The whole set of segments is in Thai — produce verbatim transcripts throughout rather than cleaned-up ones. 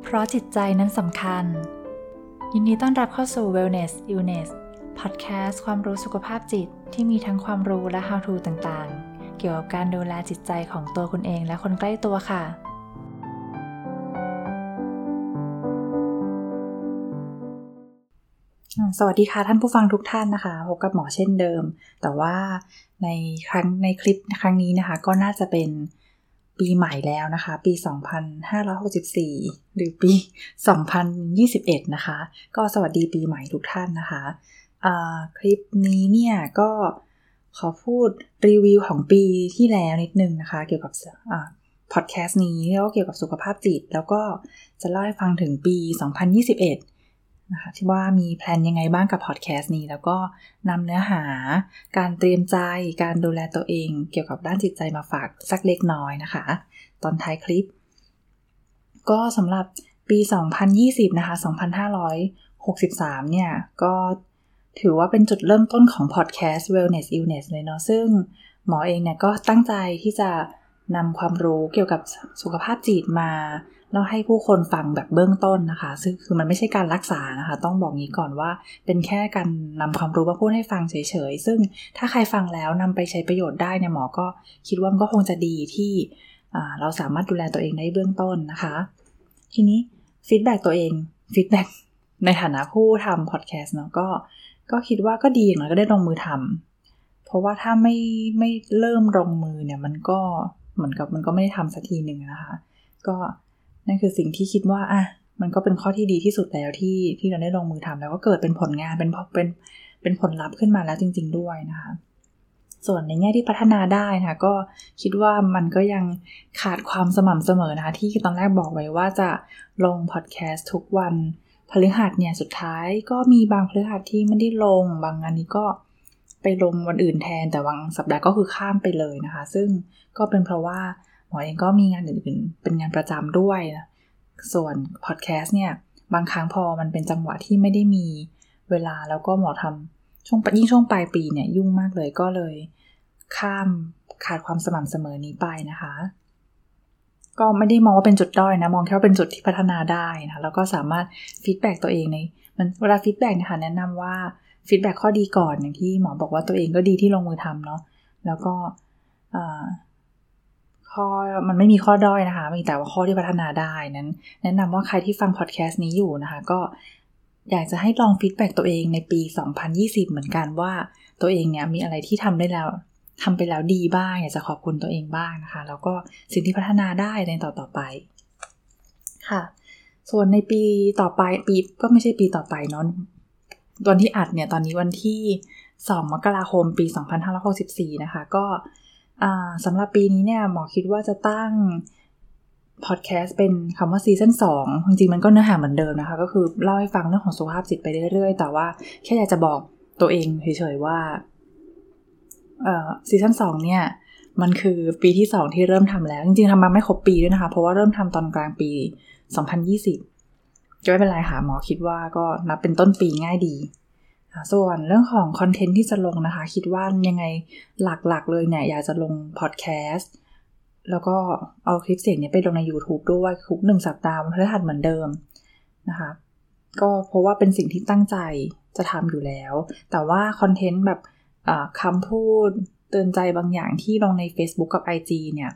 เพราะจิตใจนั้นสำคัญยินดีต้อนรับเข้าสู่ Wellness Illness Podcast ความรู้สุขภาพจิตที่มีทั้งความรู้และ How to ต่างๆเกี่ยวกับการดูแลจิตใจของตัวคุณเองและคนใกล้ตัวค่ะสวัสดีค่ะท่านผู้ฟังทุกท่านนะคะพบกับหมอเช่นเดิมแต่ว่าในครั้งในคลิปครั้งนี้นะคะก็น่าจะเป็นปีใหม่แล้วนะคะปีสองพันห้าร้อยหกสิบสี่หรือปีสองพันยี่สิบเอ็ดนะคะก็สวัสดีปีใหม่ทุกท่านนะคะคลิปนี้เนี่ยก็ขอพูดรีวิวของปีที่แล้วนิดนึงนะคะเกี่ยวกับพอดแคสต์นี้แล้วเกี่ยวกับสุขภาพจิตแล้วก็จะเล่าให้ฟังถึงปีสองพันยี่สิบเอ็ดนะคะที่ว่ามีแพลนยังไงบ้างกับพอดแคสต์นี้แล้วก็นำเนื้อหาการเตรียมใจการดูแลตัวเองเกี่ยวกับด้านจิตใจมาฝากสักเล็กน้อยนะคะตอนท้ายคลิปก็สำหรับปีสองพันยี่สิบนะคะสองพันห้าร้อยหกสิบสามเนี่ยก็ถือว่าเป็นจุดเริ่มต้นของพอดแคสต์ Wellness Illness เลยเนาะซึ่งหมอเองเนี่ยก็ตั้งใจที่จะนำความรู้เกี่ยวกับสุขภาพจิตมาแล้วให้ผู้คนฟังแบบเบื้องต้นนะคะซึ่งคือมันไม่ใช่การรักษานะคะต้องบอกงี้ก่อนว่าเป็นแค่การนำความรู้มาพูดให้ฟังเฉยๆซึ่งถ้าใครฟังแล้วนำไปใช้ประโยชน์ได้เนี่ยหมอก็คิดว่ามันก็คงจะดีที่เราสามารถดูแลตัวเองได้เบื้องต้นนะคะทีนี้ฟีดแบ็กตัวเองฟีดแบ็กในฐานะผู้ทำพอดแคสต์เนาะก็ก็คิดว่าก็ดีอย่างน้อยก็ได้ลงมือทำเพราะว่าถ้าไม่ไม่เริ่มลงมือเนี่ยมันก็เหมือนกับมันก็ไม่ได้ทำสักทีหนึ่งนะคะก็นั่นคือสิ่งที่คิดว่าอ่ะมันก็เป็นข้อที่ดีที่สุดแล้วที่ที่เราได้ลงมือทำแล้วก็เกิดเป็นผลงานเป็นเป็นเป็นผลลัพธ์ขึ้นมาแล้วจริงๆด้วยนะคะส่วนในแง่ที่พัฒนาได้นะคะก็คิดว่ามันก็ยังขาดความสม่ำเสมอนะคะที่ตอนแรกบอกไว้ว่าจะลงพอดแคสต์ทุกวันพฤหัสเนี่ยสุดท้ายก็มีบางพฤหัสที่ไม่ได้ลงบางงานนี้ก็ไปลงวันอื่นแทนแต่บางสัปดาห์ก็คือข้ามไปเลยนะคะซึ่งก็เป็นเพราะว่าหมอเองก็มีงานอื่นๆเป็นงานประจำด้วยนะส่วนพอดแคสต์เนี่ยบางครั้งพอมันเป็นจังหวะที่ไม่ได้มีเวลาแล้วก็หมอทำช่วงยิ่งช่วงปลายปีเนี่ยยุ่งมากเลยก็เลยข้ามขาดความสม่ำเสมอนี้ไปนะคะก็ไม่ได้มองว่าเป็นจุดด้อยนะมองแค่ว่าเป็นจุดที่พัฒนาได้นะแล้วก็สามารถฟีดแบ็กตัวเองในมันเวลาฟีดแบ็กนะคะแนะนำว่าฟีดแบ็กข้อดีก่อนอย่างที่หมอบอกว่าตัวเองก็ดีที่ลงมือทำเนาะแล้วก็ข้อมันไม่มีข้อด้อยนะคะมีแต่ว่าข้อที่พัฒนาได้นั้นแนะนำว่าใครที่ฟังพอดแคสต์นี้อยู่นะคะก็อยากจะให้ลองฟีดแบ็กตัวเองในปีสองพันยี่สิบเหมือนกันว่าตัวเองเนี่ยมีอะไรที่ทำได้แล้วทำไปแล้วดีบ้างอยากจะขอบคุณตัวเองบ้างนะคะแล้วก็สิ่งที่พัฒนาได้ในต่อต่อไปค่ะส่วนในปีต่อไปปีก็ไม่ใช่ปีต่อไปเนาะตอนที่อัดเนี่ยตอนนี้วันที่สองมกราคมปีสองพันห้าร้อยหกสิบสี่นะคะก็สำหรับปีนี้เนี่ยหมอคิดว่าจะตั้งพอดแคสต์เป็นคำว่าซีซั่นสองจริงๆมันก็เนื้อหาเหมือนเดิมนะคะก็คือเล่าให้ฟังเรื่องของสุขภาพจิตไปเรื่อยๆแต่ว่าแค่อยากจะบอกตัวเองเฉยๆว่าเอ่อซีซั่นสองเนี่ยมันคือปีที่สองที่เริ่มทำแล้วจริงๆทำมาไม่ครบปีด้วยนะคะเพราะว่าเริ่มทำตอนกลางปีสองพันยี่สิบจะไม่เป็นไรค่ะหมอคิดว่าก็นับเป็นต้นปีง่ายดีส่วนเรื่องของคอนเทนต์ที่จะลงนะคะคิดว่ายังไงหลักๆเลยเนี่ยอยากจะลงพอดแคสต์แล้วก็เอาคลิปเสียงนี้ไปลงใน YouTube ด้วยทุกหนึ่งสัปดาห์วันพฤหัสเหมือนเดิมนะคะก็เพราะว่าเป็นสิ่งที่ตั้งใจจะทำอยู่แล้วแต่ว่าคอนเทนต์แบบคำพูดเตือนใจบางอย่างที่ลงใน Facebook กับ ไอ จี เนี่ย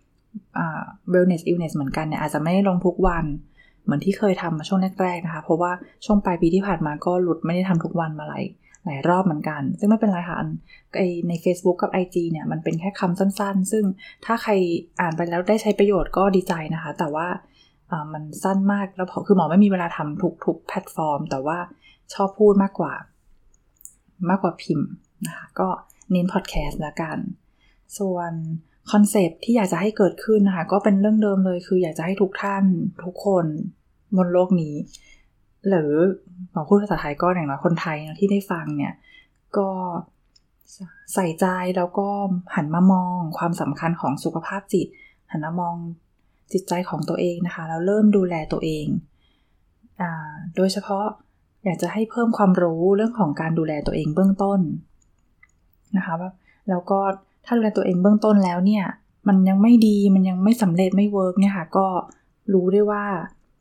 Wellness Illness เหมือนกันเนี่ยอาจจะไม่ได้ลงทุกวันเหมือนที่เคยทำมาช่วงแรกๆนะคะเพราะว่าช่วงปลายปีที่ผ่านมาก็หลุดไม่ได้ทำทุกวันมาหลายหลายรอบเหมือนกันซึ่งไม่เป็นไรค่ะใน Facebook กับ ไอ จี เนี่ยมันเป็นแค่คำสั้นๆซึ่งถ้าใครอ่านไปแล้วได้ใช้ประโยชน์ก็ดีใจนะคะแต่ว่ามันสั้นมากแล้วคือหมอไม่มีเวลาทำทุกๆแพลตฟอร์มแต่ว่าชอบพูดมากกว่ามากกว่าพิมพ์นะคะก็เน้นพอดแคสต์ละกันส่วนคอนเซปต์ที่อยากจะให้เกิดขึ้นนะคะก็เป็นเรื่องเดิมเลยคืออยากจะให้ทุกท่านทุกคนบนโลกนี้หรือหมอพูดภาษาไทยก็อย่างน้อยคนไทยนะที่ได้ฟังเนี่ยก็ใส่ใจแล้วก็หันมามองความสำคัญของสุขภาพจิตหันมามองจิตใจของตัวเองนะคะแล้วเริ่มดูแลตัวเองอ่าโดยเฉพาะอยากจะให้เพิ่มความรู้เรื่องของการดูแลตัวเองเบื้องต้นนะคะแล้วก็ถ้าดูแลตัวเองเบื้องต้นแล้วเนี่ยมันยังไม่ดีมันยังไม่สำเร็จไม่เวิร์กเนี่ยค่ะก็รู้ได้ว่า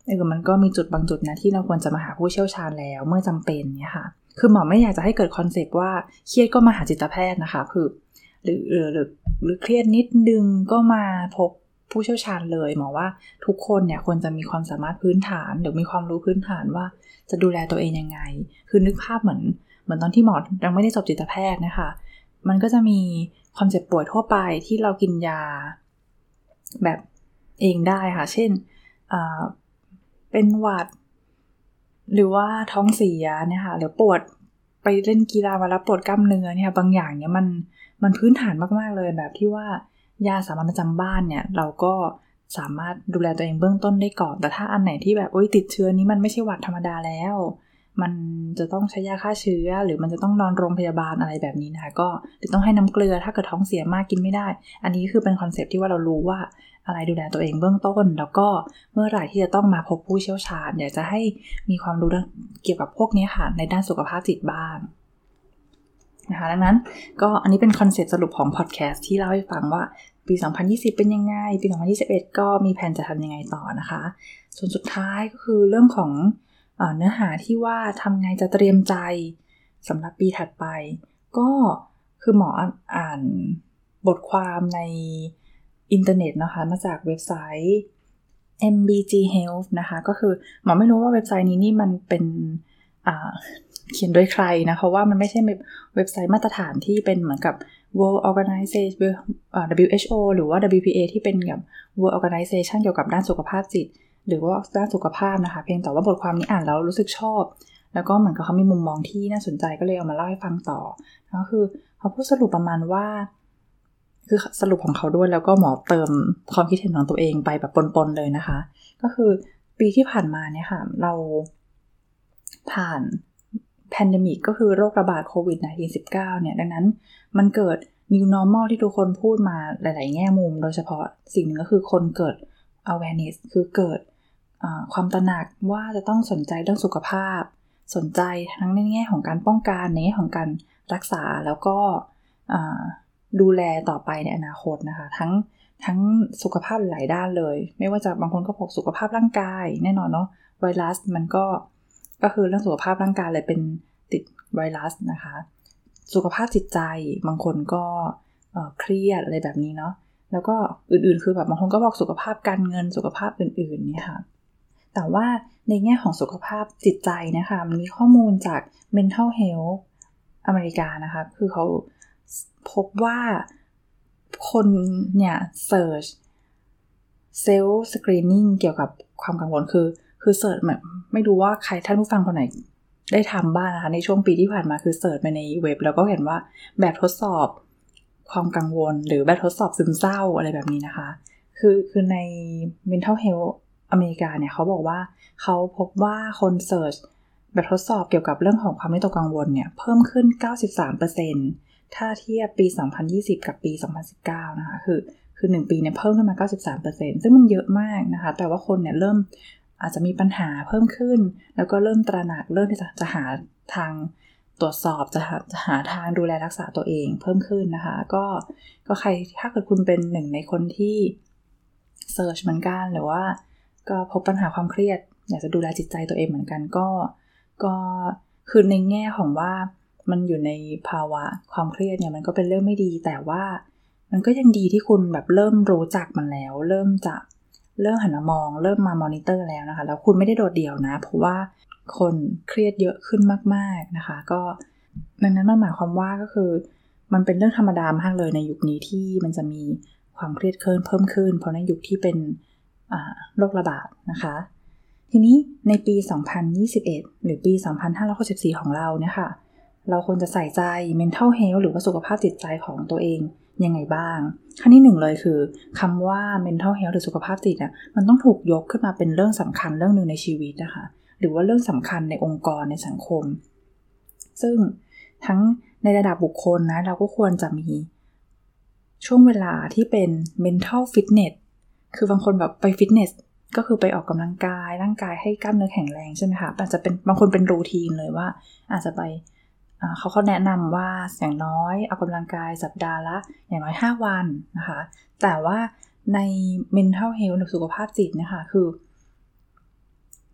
เออมันก็มีจุดบางจุดนะที่เราควรจะมาหาผู้เชี่ยวชาญแล้วเมื่อจำเป็นเนี่ยค่ะคือหมอไม่อยากจะให้เกิดคอนเซปต์ว่าเครียดก็มาหาจิตแพทย์นะคะคือหรือหรือหรือหรือเครียดนิดนึงก็มาพบผู้เชี่ยวชาญเลยหมอว่าทุกคนเนี่ยควรจะมีความสามารถพื้นฐานหรือมีความรู้พื้นฐานว่าจะดูแลตัวเองยังไงคือนึกภาพเหมือนเหมือนตอนที่หมอยังไม่ได้จบจิตแพทย์นะคะมันก็จะมีความเจ็บป่วยทั่วไปที่เรากินยาแบบเองได้ค่ะเช่นอ่าเป็นหวัดหรือว่าท้องเสียเนี่ยค่ะหรือปวดไปเล่นกีฬามาแล้วปวดกล้ามเนื้อเนี่ยบางอย่างเนี่ยมันมันพื้นฐานมากๆเลยแบบที่ว่ายาสามัญประจำบ้านเนี่ยเราก็สามารถดูแลตัวเองเบื้องต้นได้ก่อนแต่ถ้าอันไหนที่แบบโอ๊ยติดเชื้อนี้มันไม่ใช่หวัดธรรมดาแล้วมันจะต้องใช้ยาฆ่าเชื้อหรือมันจะต้องนอนโรงพยาบาลอะไรแบบนี้นะคะก็หรือต้องให้น้ำเกลือถ้าเกิดท้องเสียมากกินไม่ได้อันนี้คือเป็นคอนเซ็ปต์ที่ว่าเรารู้ว่าอะไรดูแลตัวเองเบื้องต้นแล้วก็เมื่อไหร่ที่จะต้องมาพบผู้เชี่ยวชาญอยากจะให้มีความรู้เกี่ยวกับพวกนี้ค่ะในด้านสุขภาพจิตบ้างนะคะดังนั้นก็อันนี้เป็นคอนเซ็ปต์สรุปของพอดแคสต์ที่เล่าให้ฟังว่าปีสองพันยี่สิบเป็นยังไงปีสองพันยี่สิบเอ็ดก็มีแผนจะทำยังไงต่อนะคะส่วนสุดท้ายก็คือเรื่องของเอ่อเนื้อหาที่ว่าทำไงจะเตรียมใจสำหรับปีถัดไปก็คือหมออ่านบทความในอินเทอร์เน็ตนะคะมาจากเว็บไซต์ เอ็ม บี จี Health นะคะก็คือหมอไม่รู้ว่าเว็บไซต์นี้นี่มันเป็นอ่าเขียนโดยใครนะเพราะว่ามันไม่ใช่เว็บไซต์มาตรฐานที่เป็นเหมือนกับ World Organization อ่า ดับเบิลยู เอช โอ หรือว่า ดับเบิลยู พี เอ ที่เป็นกับ World Organization เกี่ยวกับด้านสุขภาพจิตหรือว่าด้านสุขภาพนะคะเพียงแต่ว่าบทความนี้อ่านแล้วรู้สึกชอบแล้วก็เหมือนกับเขามีมุมมองที่น่าสนใจก็เลยเอามาเล่าให้ฟังต่อก็คือเขาพูดสรุปประมาณว่าคือสรุปของเขาด้วยแล้วก็หมอเติมความคิดเห็นของตัวเองไปแบบปนๆเลยนะคะก็คือปีที่ผ่านมาเนี่ยค่ะเราผ่านแพนเดมิกก็คือโรคระบาดโควิด สิบเก้า เนี่ยดังนั้นมันเกิด New Normal ที่ทุกคนพูดมาหลายๆแง่มุมโดยเฉพาะสิ่งหนึ่งก็คือคนเกิด awareness คือเกิดความตระหนักว่าจะต้องสนใจเรื่องสุขภาพสนใจทั้งในแง่ของการป้องกันในแง่ของการรักษาแล้วก็ดูแลต่อไปในอนาคตนะคะทั้งทั้งสุขภาพหลายด้านเลยไม่ว่าจะบางคนก็พกสุขภาพร่างกายแน่นอนเนาะไวรัสมันก็ก็คือเรื่องสุขภาพร่างกายเลยเป็นติดไวรัสนะคะสุขภาพจิตใจบางคนก็เครียดอะไรแบบนี้เนาะแล้วก็อื่นๆคือแบบบางคนก็บอกสุขภาพการเงินสุขภาพอื่นๆเนี่ยค่ะแต่ว่าในแง่ของสุขภาพจิตใจนะคะมันมีข้อมูลจาก Mental Health อเมริกานะคะคือเขาพบว่าคนเนี่ยเซิร์ชเซลล์สกรีนนิ่งเกี่ยวกับความกังวลคือคือเสิร์ชแบบไม่รู้ว่าใครท่านผู้ฟังคนไหนได้ทำบ้างนะคะในช่วงปีที่ผ่านมาคือเสิร์ชไปในเว็บแล้วก็เห็นว่าแบบทดสอบความกังวลหรือแบบทดสอบซึมเศร้าอะไรแบบนี้นะคะคือคือใน Mental Health อเมริกาเนี่ยเขาบอกว่าเขาพบว่าคนเสิร์ชแบบทดสอบเกี่ยวกับเรื่องของความวิตกกังวลเนี่ยเพิ่มขึ้น เก้าสิบสามเปอร์เซ็นต์ ถ้าเทียบปีสองพันยี่สิบกับปีสองพันสิบเก้านะคะคือคือหนึ่งปีเนี่ยเพิ่มขึ้นมา เก้าสิบสามเปอร์เซ็นต์ ซึ่งมันเยอะมากนะคะแต่ว่าคนเนี่ยเริ่มอาจจะมีปัญหาเพิ่มขึ้นแล้วก็เริ่มตระหนักเริ่มที่จะจะหาทางตรวจสอบจะหาจะหาทางดูแลรักษาตัวเองเพิ่มขึ้นนะคะก็ก็ใครถ้าเกิดคุณเป็นหนึ่งในคนที่เซิร์ชเหมือนกันหรือว่าก็พบปัญหาความเครียดอยากจะดูแลจิตใจตัวเองเหมือนกันก็ก็คือในแง่ของว่ามันอยู่ในภาวะความเครียดเนี่ยมันก็เป็นเรื่องไม่ดีแต่ว่ามันก็ยังดีที่คุณแบบเริ่มรู้จักมันแล้วเริ่มจะเริ่มหันมามองเริ่มมามอนิเตอร์แล้วนะคะแล้วคุณไม่ได้โดดเดี่ยวนะเพราะว่าคนเครียดเยอะขึ้นมากๆนะคะก็ดังนั้นมันหมายความว่าก็คือมันเป็นเรื่องธรรมดามากเลยในยุคนี้ที่มันจะมีความเครียดเพิ่มเพิ่มขึ้นเพราะในยุคที่เป็นโรคระบาดนะคะทีนี้ในปีสองพันยี่สิบเอ็ดหรือปีสองพันห้าร้อยหกสิบสี่ของเราเนี่ยค่ะเราควรจะใส่ใจ mental health หรือว่าสุขภาพจิตใจของตัวเองยังไงบ้างขั้นที่หนึ่งเลยคือคำว่า mental health หรือสุขภาพจิตอ่ะมันต้องถูกยกขึ้นมาเป็นเรื่องสำคัญเรื่องนึงในชีวิตนะคะหรือว่าเรื่องสำคัญในองค์กรในสังคมซึ่งทั้งในระดับบุคคลนะเราก็ควรจะมีช่วงเวลาที่เป็น mental fitness คือบางคนแบบไปฟิตเนสก็คือไปออกกำลังกายร่างกายให้กล้ามเนื้อแข็งแรงใช่ไหมคะอาจจะเป็นบางคนเป็นรูทีนเลยว่าอาจจะไปเขาเขาแนะนำว่าอย่างน้อยออกกำลังกายสัปดาห์ละอย่างน้อยห้าวันนะคะแต่ว่าใน mental health หรือสุขภาพจิตนะคะคือ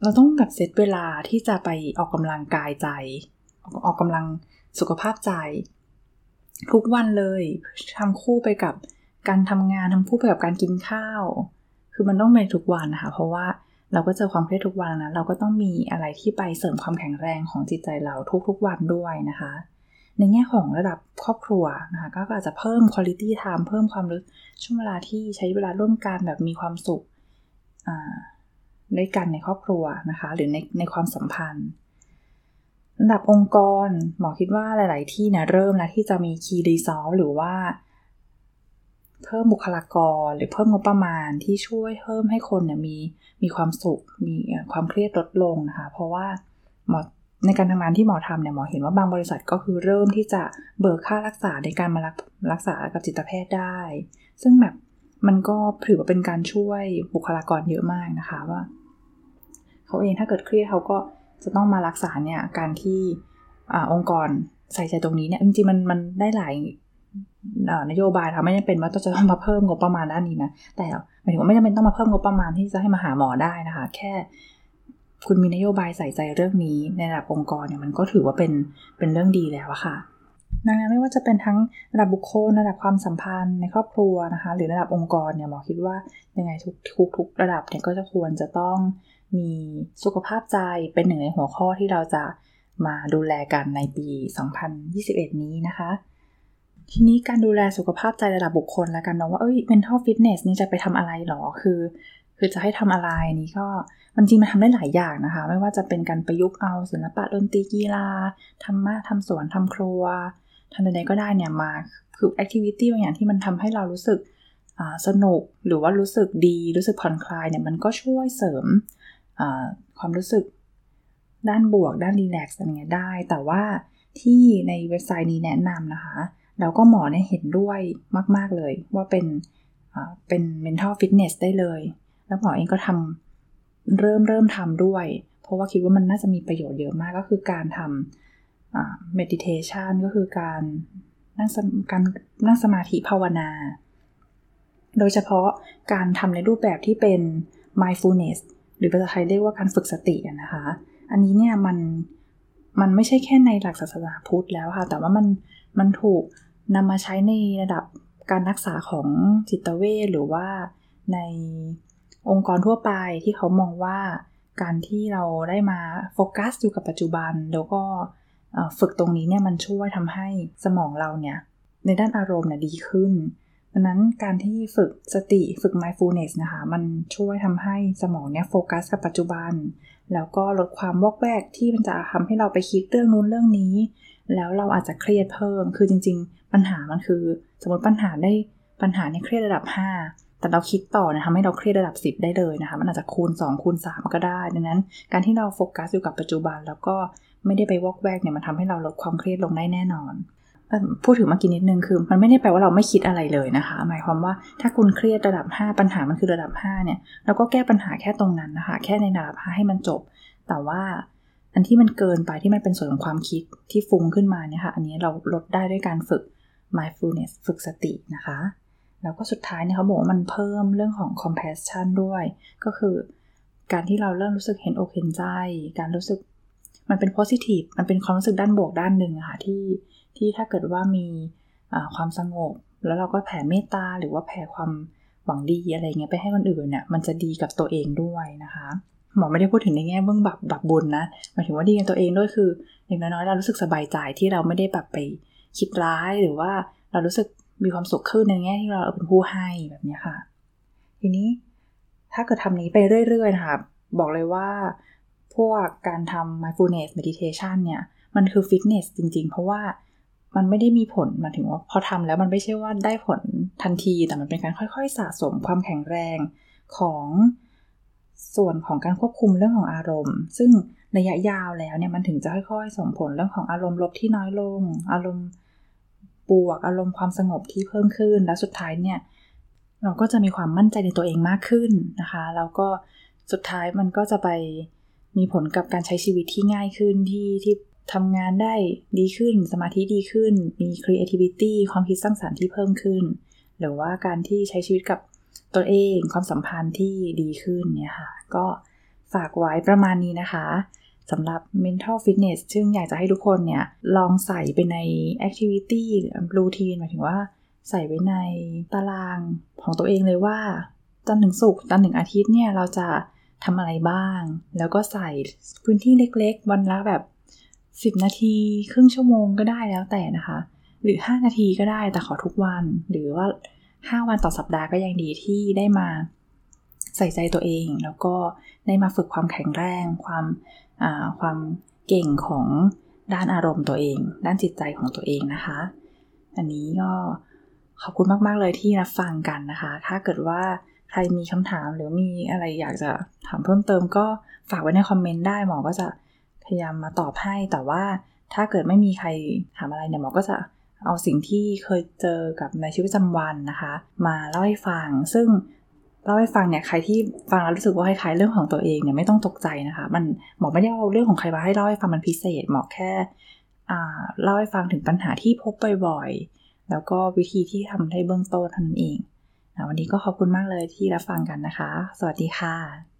เราต้องแบบเซตเวลาที่จะไปออกกำลังกายใจออกกำลังสุขภาพใจทุกวันเลยทำคู่ไปกับการทำงานทำคู่ไปกับการกินข้าวคือมันต้องเป็นทุกวันนะคะเพราะว่าเราก็เจอความเครียดทุกวันนะเราก็ต้องมีอะไรที่ไปเสริมความแข็งแรงของจิตใจเราทุกๆวันด้วยนะคะในแง่ของระดับครอบครัวนะคะก็อาจจะเพิ่ม quality time เพิ่มความรู้ช่วงเวลาที่ใช้เวลาร่วมกันแบบมีความสุขด้วยกันในครอบครัวนะคะหรือในในความสัมพันธ์ระดับองค์กรหมอคิดว่าหลายๆที่เนี่ยเริ่มแล้วที่จะมี key resource หรือว่าเพิ่มบุคลากรหรือเพิ่มงบประมาณที่ช่วยเพิ่มให้คนเนี่ยมีมีความสุขมีความเครียดลดลงนะคะเพราะว่าหมอในการทำงานที่หมอทำเนี่ยหมอเห็นว่าบางบริษัทก็คือเริ่มที่จะเบิกค่ารักษาในการมารักรักษากับจิตแพทย์ได้ซึ่งแบบมันก็ถือว่าเป็นการช่วยบุคลากรเยอะมากนะคะว่าเขาเองถ้าเกิดเครียดเขาก็จะต้องมารักษาเนี่ยการที่อ่าองค์กรใส่ใจตรงนี้เนี่ยจริงๆมันมันได้หลายนโยบายค่ะไม่จำเป็นว่าจะต้องมาเพิ่มงบประมาณด้านนี้นะแต่หมายถึงว่าไม่จำเป็นต้องมาเพิ่มงบประมาณที่จะให้มาหาหมอได้นะคะแค่คุณมีนโยบายใส่ใจเรื่องนี้ในระดับองค์กรเนี่ยมันก็ถือว่าเป็นเป็นเรื่องดีแล้วอะค่ะดังนั้นไม่ว่าจะเป็นทั้งระดับบุคคลระดับความสัมพันธ์ในครอบครัวนะคะหรือระดับองค์กรเนี่ยหมอคิดว่ายังไงทุกทุกทุกระดับเนี่ยก็จะควรจะต้องมีสุขภาพใจเป็นหนึ่งในหัวข้อที่เราจะมาดูแลกันในปีสองพันยี่สิบเอ็ดนี้นะคะทีนี้การดูแลสุขภาพใจระดับบุคคลแล้วกันเนาะว่าเอ้ย mental fitness นี่จะไปทำอะไรหรอคือคือจะให้ทำอะไรนี่ก็มันจริงมันทำได้หลายอย่างนะคะไม่ว่าจะเป็นการประยุกต์เอาศิลปะดนตรีกีฬาธรรมะทำสวนทำครัวทำใดๆก็ได้เนี่ยมาคือ activity บางอย่างที่มันทำให้เรารู้สึกสนุกหรือว่ารู้สึกดีรู้สึกผ่อนคลายเนี่ยมันก็ช่วยเสริมความรู้สึกด้านบวกด้านรีแลกซ์อะไรเงี้ยได้แต่ว่าที่ในเว็บไซต์นี้แนะนำนะคะแล้วก็หมอเนี่ยเห็นด้วยมากๆเลยว่าเป็นเป็น mental fitness ได้เลยแล้วหมอเองก็ทำเริ่มเริ่มทำด้วยเพราะว่าคิดว่ามันน่าจะมีประโยชน์เยอะมากก็คือการทำ meditation ก็คือการนั่งการนั่งสมาธิภาวนาโดยเฉพาะการทำในรูปแบบที่เป็น mindfulness หรือภาษาไทยเรียกว่าการฝึกสตินะคะอันนี้เนี่ยมันมันไม่ใช่แค่ในหลักศาสนาพุทธแล้วค่ะแต่ว่ามันมันถูกนำมาใช้ในระดับการรักษาของจิตเวชหรือว่าในองค์กรทั่วไปที่เขามองว่าการที่เราได้มาโฟกัสอยู่กับปัจจุบันแล้วก็ฝึกตรงนี้เนี่ยมันช่วยทำให้สมองเราเนี่ยในด้านอารมณ์เนี่ยดีขึ้นดังนั้นการที่ฝึกสติฝึก mindfulness นะคะมันช่วยทำให้สมองเนี่ยโฟกัสกับปัจจุบันแล้วก็ลดความวอกแวกที่มันจะทำให้เราไปคิดเรื่องนู้นเรื่องนี้แล้วเราอาจจะเครียดเพิ่มคือจริงๆปัญหามันคือสมมติปัญหาได้ปัญหาเนี่ยเครียดระดับห้าแต่เราคิดต่อเนี่ยทำให้เราเครียดระดับสิบได้เลยนะคะมันอาจจะคูณสองคูณสามก็ได้ดังนั้นการที่เราโฟกัสอยู่กับปัจจุบันแล้วก็ไม่ได้ไปวอกแวกเนี่ยมันทำให้เราลดความเครียดลงได้แน่นอนพูดถึงเมื่อกี้นิดนึงคือมันไม่ได้แปลว่าเราไม่คิดอะไรเลยนะคะหมายความว่าถ้าคุณเครียดระดับห้าปัญหามันคือระดับห้าเนี่ยเราก็แก้ปัญหาแค่ตรงนั้นนะคะแค่ในระดับห้าให้มันจบแต่ว่าอันที่มันเกินไปที่มันเป็นส่วนของความคิดที่ฟุ้งขึ้นมาเนี่ยค่ะอันนี้เราลดได้ด้วยการฝึก mindfulness ฝึกสตินะคะแล้วก็สุดท้ายเนี่ยเขาบอกว่ามันเพิ่มเรื่องของ compassion ด้วยก็คือการที่เราเริ่มรู้สึกเห็นอกเห็นใจการรู้สึกมันเป็น positive มันเป็นความรู้สึกด้านบวกด้านหนึ่งอะค่ะที่ที่ถ้าเกิดว่ามีความสงบแล้วเราก็แผ่เมตตาหรือว่าแผ่ความหวังดีอะไรเงี้ยไปให้คนอื่นเนี่ยมันจะดีกับตัวเองด้วยนะคะหมอไม่ได้พูดถึงในแง่เบื้องบาปบาปบุญนะหมายถึงว่าดีกับตัวเองด้วยคืออย่างน้อยๆเรารู้สึกสบายใจที่เราไม่ได้แบบไปคิดร้ายหรือว่าเรารู้สึกมีความสุขขึ้นในแง่ที่เราเป็นผู้ให้แบบนี้ค่ะทีนี้ถ้าเกิดทำนี้ไปเรื่อยๆนะคะบอกเลยว่าพวกการทำ mindfulness meditation เนี่ยมันคือฟิตเนสจริงๆเพราะว่ามันไม่ได้มีผลหมายถึงว่าพอทำแล้วมันไม่ใช่ว่าได้ผลทันทีแต่มันเป็นการค่อยๆสะสมความแข็งแรงของส่วนของการควบคุมเรื่องของอารมณ์ซึ่งระยะยาวแล้วเนี่ยมันถึงจะค่อยๆส่งผลเรื่องของอารมณ์ลบที่น้อยลงอารมณ์บวกอารมณ์ความสงบที่เพิ่มขึ้นแล้วสุดท้ายเนี่ยเราก็จะมีความมั่นใจในตัวเองมากขึ้นนะคะแล้วก็สุดท้ายมันก็จะไปมีผลกับการใช้ชีวิตที่ง่ายขึ้นที่ที่ทำงานได้ดีขึ้นสมาธิดีขึ้นมี creativity ความคิดสร้างสรรค์ที่เพิ่มขึ้นหรือว่าการที่ใช้ชีวิตกับตัวเองความสัมพันธ์ที่ดีขึ้นเนี่ยค่ะก็ฝากไว้ประมาณนี้นะคะสำหรับ mental fitness ซึ่งอยากจะให้ทุกคนเนี่ยลองใส่ไปใน activity หรือ routine หมายถึงว่าใส่ไว้ในตารางของตัวเองเลยว่าจันทร์ถึงศุกร์จันทร์ถึงอาทิตย์เนี่ยเราจะทำอะไรบ้างแล้วก็ใส่พื้นที่เล็กๆวันละแบบสิบนาทีครึ่งชั่วโมงก็ได้แล้วแต่นะคะหรือห้านาทีก็ได้แต่ขอทุกวันหรือว่าห้าวันต่อสัปดาห์ก็ยังดีที่ได้มาใส่ใจตัวเองแล้วก็ได้มาฝึกความแข็งแรงความอ่าความเก่งของด้านอารมณ์ตัวเองด้านจิตใจของตัวเองนะคะอันนี้ก็ขอบคุณมากๆเลยที่รับฟังกันนะคะถ้าเกิดว่าใครมีคำถามหรือมีอะไรอยากจะถามเพิ่มเติมก็ฝากไว้ในคอมเมนต์ได้หมอก็จะพยายามมาตอบให้แต่ว่าถ้าเกิดไม่มีใครถามอะไรเนี่ยหมอก็จะเอาสิ่งที่เคยเจอกับในชีวิตประจำวันนะคะมาเล่าให้ฟังซึ่งเล่าให้ฟังเนี่ยใครที่ฟังแล้วรู้สึกว่าคล้ายๆเรื่องของตัวเองเนี่ยไม่ต้องตกใจนะคะมันหมอไม่ได้เอาเรื่องของใครมาให้เล่าให้ฟังมันพิเศษหมอแค่อ่าเล่าให้ฟังถึงปัญหาที่พบบ่อยๆแล้วก็วิธีที่ทำได้เบื้องต้นเท่านั้นเองวันนี้ก็ขอบคุณมากเลยที่รับฟังกันนะคะสวัสดีค่ะ